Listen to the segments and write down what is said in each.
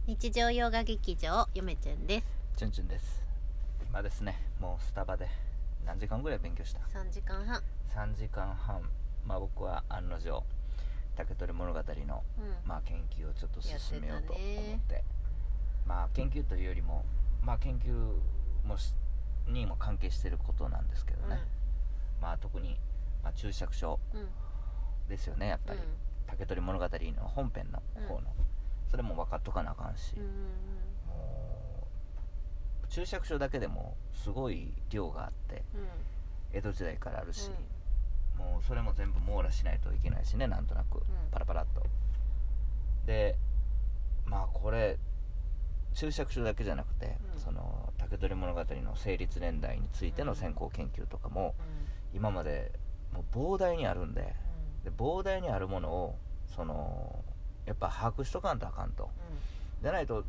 日常洋画劇場よめちゅんです。 チュンチュンです。今ですね、もうスタバで何時間ぐらい勉強した？ 3時間半。 3時間半。僕は案の定竹取物語の、研究をちょっと進めようと思って、研究というよりも研究にも関係していることなんですけどね、特に、注釈書ですよね、やっぱり、竹取物語の本編の方の、それも分かっとかなあかんし、もう注釈書だけでもすごい量があって、江戸時代からあるし、もうそれも全部網羅しないといけないしね、なんとなくパラパラっと。でこれ注釈書だけじゃなくて、その竹取物語の成立年代についての先行研究とかも、今までもう膨大にあるんで、膨大にあるものをやっぱ把握しとかんとあかんと、じゃないと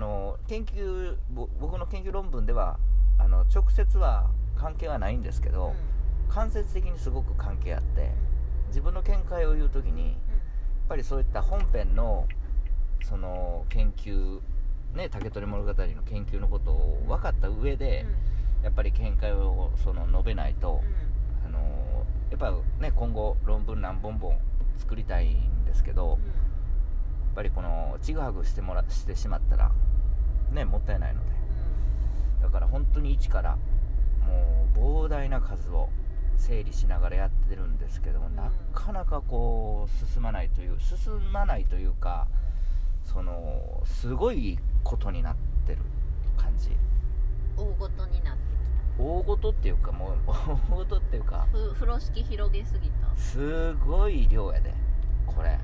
僕の研究論文では直接は関係はないんですけど、間接的にすごく関係あって、自分の見解を言うときに、やっぱりそういった本編のその研究ね、竹取物語の研究のことを分かった上で、やっぱり見解を述べないと、やっぱね、今後論文何本も作りたいんですけど、やっぱりこのちぐはぐしてしまったらね、もったいないので、だから本当に一からもう膨大な数を整理しながらやってるんですけども、なかなか進まないというか、すごいことになってる感じ。 大ごとになってきた。 大ごとっていうか、もう大ごとっていうか、 風呂敷広げすぎた。 すごい量やでこれ。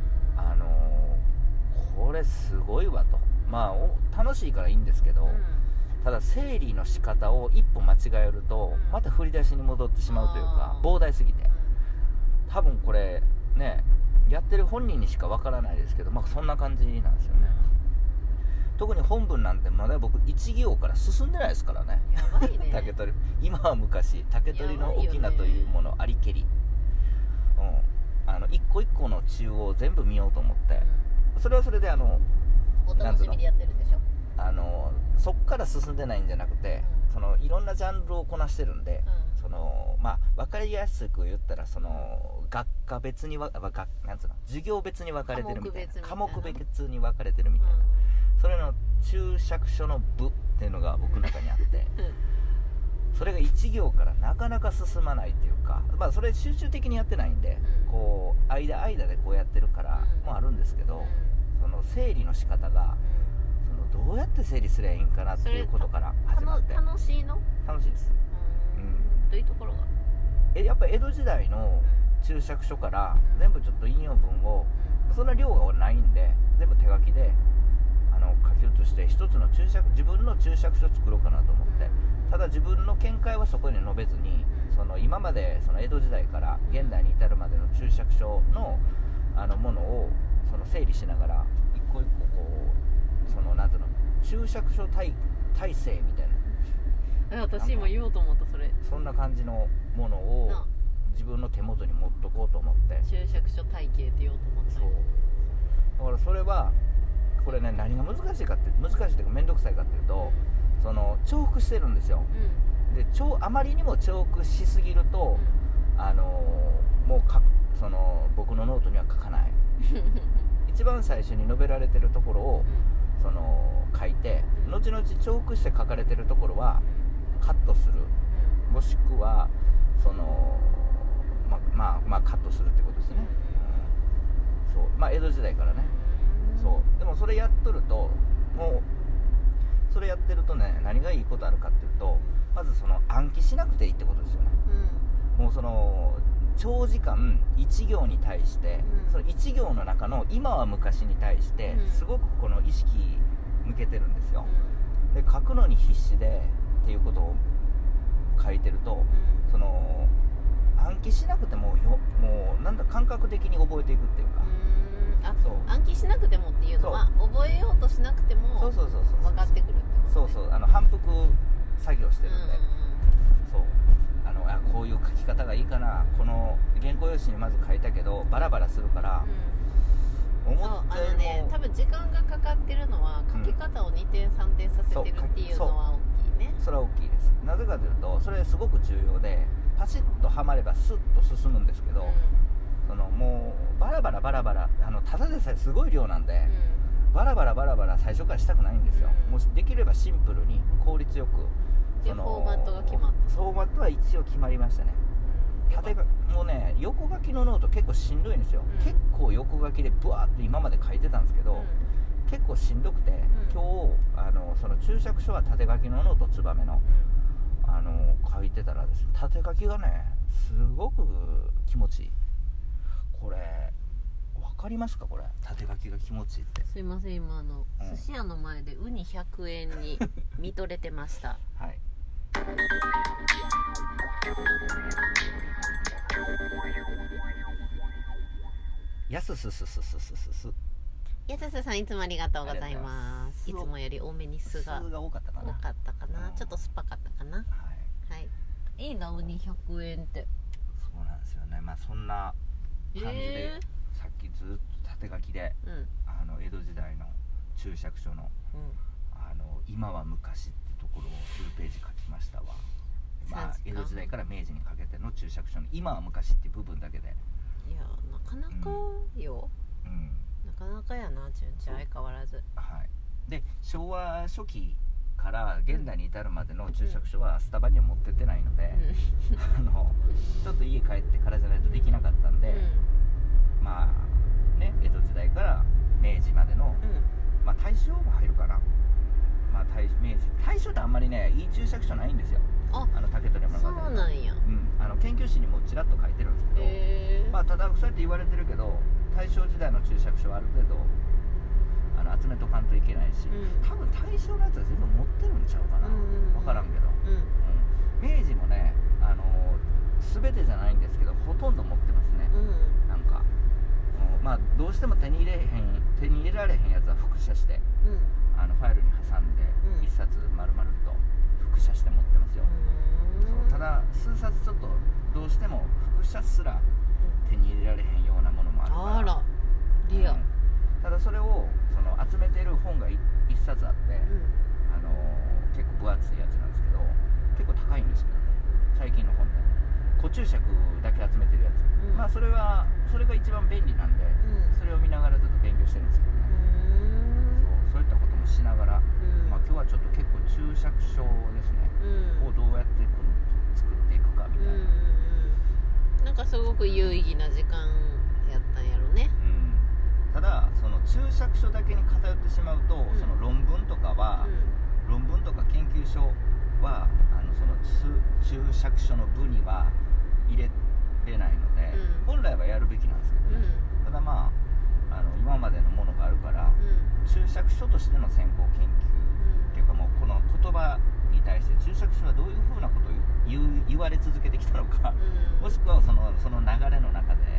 これすごいわと。楽しいからいいんですけど、ただ整理の仕方を一歩間違えると、また振り出しに戻ってしまうというか、膨大すぎて、多分これね、やってる本人にしかわからないですけど、そんな感じなんですよね。特に本文なんてまだ僕1行から進んでないですからね。 やばいね竹取、今は昔竹取の翁というものありけり、一個一個の中を全部見ようと思って、それはそれでお楽しみでやってるんでしょ。 そっから進んでないんじゃなくて、いろんなジャンルをこなしてるんで、分かりやすく言ったら、学科別になんつうの、授業別に分かれてるみたいな、科目別に分かれてるみたいな、それの注釈書の部っていうのが僕の中にあって、それが1行からなかなか進まないっていうか、それ集中的にやってないんで、間間でこうやってるからもあるんですけど、その整理の仕方が、どうやって整理すればいいんかなっていうことから始まって。 楽しいの？ 楽しいです。 どういうところが？ やっぱ江戸時代の注釈書から全部ちょっと引用文を、そんな量がないんで全部手書きで書き写して、一つの自分の注釈書を作ろうかなと思って、ただ自分の見解はそこに述べずに、今まで江戸時代から現代に至るまでの注釈書のものを整理しながら、一個一個なんていうの、注釈書体制みたいな、 私今言おうと思った。 そんな感じのものを自分の手元に持っとこうと思って、 注釈書体系って言おうと思った。 そうだから、それはこれね、何が難しいというか面倒くさいかっていうと、重複してるんですよ。であまりにも重複しすぎると、もう僕のノートには書かない一番最初に述べられてるところを書いて、後々重複して書かれてるところはカットする、もしくはカットするってことですね。江戸時代からね。でもそれやっとると、それやってるとね、何がいいことあるかっていうと、まず暗記しなくていいってことですよね。もう長時間1行に対して、その1行の中の今は昔に対してすごく意識向けてるんですよ。で書くのに必死でっていうことを書いてると、暗記しなくてももうなんだ感覚的に覚えていくっていうか。 暗記しなくてもっていうのは、覚えようとしなくても分かってくるってことね。 反復作業してるんで、こういう書き方がいいかな、この原稿用紙にまず書いたけどバラバラするから、思っても多分時間がかかってるのは書き方を2点3点させてるっていうのは大きいね。 それは大きいです。なぜかというとそれすごく重要で、パシッとはまればスッと進むんですけど、もうバラバラただでさえすごい量なんで、バラバラ最初からしたくないんですよ。もうできればシンプルに効率よく。 でフォーマットが決まった。 フォーマットは一応決まりましたね。もうね、横書きのノート結構しんどいんですよ。結構横書きでブワーっと今まで書いてたんですけど、結構しんどくて、今日その注釈書は縦書きのノートツバメの、書いてたらですね、縦書きがねすごく気持ちいい。これ分かりますか？これ縦書きが気持ちいいって。 すいません、今寿司屋の前でウニ100円に見とれてましたはい。やすすさん、いつもありがとうございます。いつもより多めに酢が多かったかな。 ちょっと酸っぱかったかな。はい。いいな、ウニ100円って。 そうなんですよね。まあそんな感じで、さっきずっと縦書きで、江戸時代の注釈書の、今は昔ってところを数ページ書きましたわ。まあ江戸時代から明治にかけての注釈書の今は昔っていう部分だけで。 いや、なかなかよ。なかなかやな、順調相変わらず。 はい。で、昭和初期から現代に至るまでの注釈書はスタバには持ってってないので、ちょっと家帰ってからじゃないとできなかったんで、まあね、江戸時代から明治までの、まあ大正も入るかな。まあ大正ってあんまりね、いい注釈書ないんですよ。竹取物語。 そうなんや。 研究誌にもちらっと書いてるんですけど、まあただそうやって言われてるけど、大正時代の注釈書はある程度集めとかんといけないし、多分大正のやつは全部持ってるんちゃうかな。分からんけど、明治もね、全てじゃないんですけどほとんど持ってますね。なんか、まあどうしても手に入れられへんやつは複写して、ファイルに挟んで一冊丸々と複写して持ってますよ。そう、ただ数冊ちょっとどうしても複写すら手に入れられへんようなものもあるから。 あら、リア。 ただそれを集めている本が一冊あって、結構分厚いやつなんですけど、結構高いんですけどね、最近の本で古注釈だけ集めてるやつ、まあそれが一番便利なんで、それを見ながらずっと勉強してるんですけどね。そういったこともしながら、まあ今日はちょっと結構注釈書ですね、をどうやって作っていくかみたいな。 なんかすごく有意義な時間やったんやろね。 ただその注釈書だけに偏ってしまうと、その論文とか研究書はその注釈書の部には入れれないので、本来はやるべきなんですけどね。ただまあ今までのものがあるから、注釈書としての先行研究っていうか、もうこの言葉に対して注釈書はどういうふうなことを言われ続けてきたのか、もしくはその流れの中で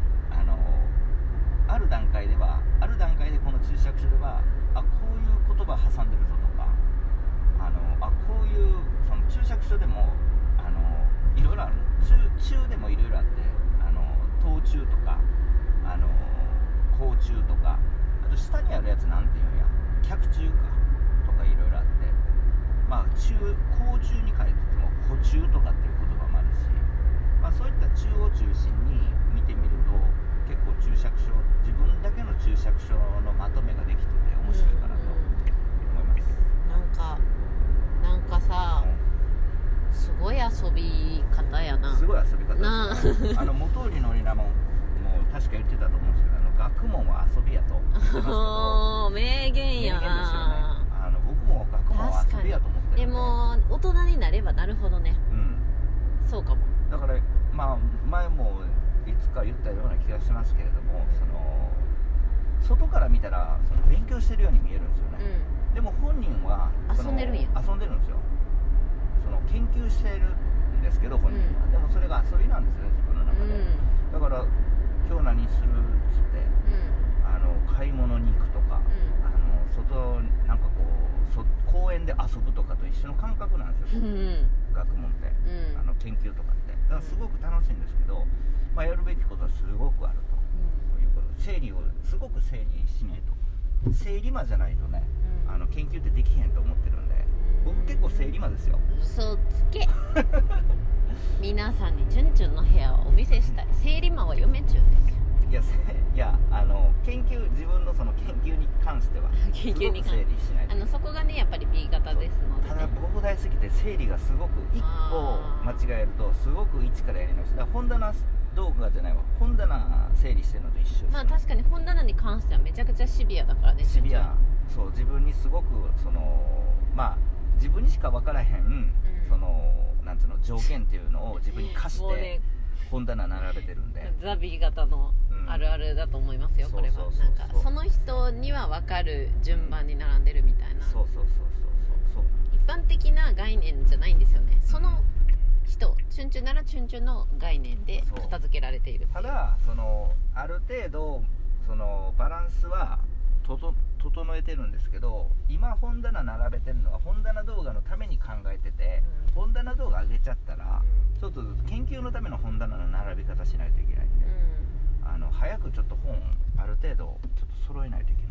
ある段階でこの注釈書ではこういう言葉挟んでるぞとか、こういうその注釈書でもいろいろある。中でもいろいろあって、頭中とか甲中とか、あと下にあるやつなんていうんや、脚中かとかいろいろあって、まあ甲中に書いてても補中とかっていう言葉もあるし、まあそういった中を中心に見てみると結構注釈書、自分だけの注釈書のまとめができてて面白いかなと思います。 なんかさ、すごい遊び方やな。 すごい遊び方ですね。本居宣長も確か言ってたと思うんですけど、学問は遊びやと言ってますけど名言やな。 僕も学問は遊びやと思ってるんで。 でも大人になればなるほどね。そうかも。 だからまあ前もいつか言ったような気がしますけれども、外から見たら勉強してるように見えるんですよね。でも本人は遊んでるんや。 遊んでるんですよ。研究してるんですけど本人は、でもそれが遊びなんですよね、自分の中で。だから今日何するっつって、買い物に行くとか、外なんかこう公園で遊ぶとかと一緒の感覚なんですよ、学問って、研究とかって。だからすごく楽しいんですけど、まあ、やるべきことはすごくあるということで、整理をすごく整理しないと、整理魔じゃないとね、 研究ってできへんと思ってるんで、僕結構生理魔ですよ。 嘘つけ皆さんにチュンチュンの部屋をお見せしたい。生理魔は嫁中ですよ。 いや研究、自分のその研究に関しては研究に関して整理しないと。 そこがねやっぱり B 型ですので、ね、 ただ膨大すぎて整理がすごく1個間違えるとすごく一からやり直し。だから本棚動画じゃないわ、本棚整理してるのと一緒です、ね。 まあ確かに本棚に関してはめちゃくちゃシビアだからね。 シビア、そう、自分にすごく自分にしか分からへん、なんていうの、条件っていうのを自分に課して本棚並べてるんで、 ザ B 型のあるあるだと思いますよ、これは。なんかその人には分かる順番に並んでるみたいな。 そう一般的な概念じゃないんですよね。その人、チュンチュンならチュンチュンの概念で片付けられている。 ただある程度バランスは整えてるんですけど、今本棚並べてるのは本棚動画のために考えてて、本棚動画上げちゃったら、ちょっと研究のための本棚の並び方しないといけないんで、早くちょっと本ある程度ちょっと揃えないといけない、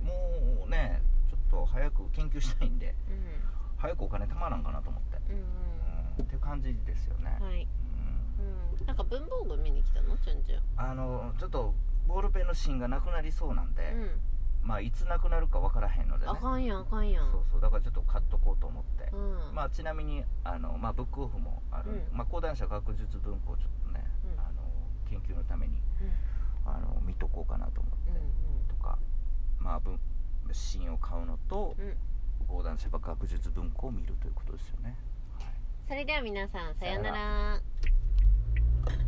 もうねちょっと早く研究したいんで、早くお金貯まらんかなと思って、っていう感じですよね。 はい。なんか文房具見に来たの？チュンチュン。 ちょっとボールペンの芯がなくなりそうなんで、いつなくなるか分からへんのでね。 あかんやん。 そうだからちょっと買っとこうと思って、ちなみにブックオフもある、講談社学術文庫をちょっとね、研究のために、見とこうかなと思って、とか芯を買うのと、講談社学術文庫を見るということですよね。 それでは皆さんさようなら。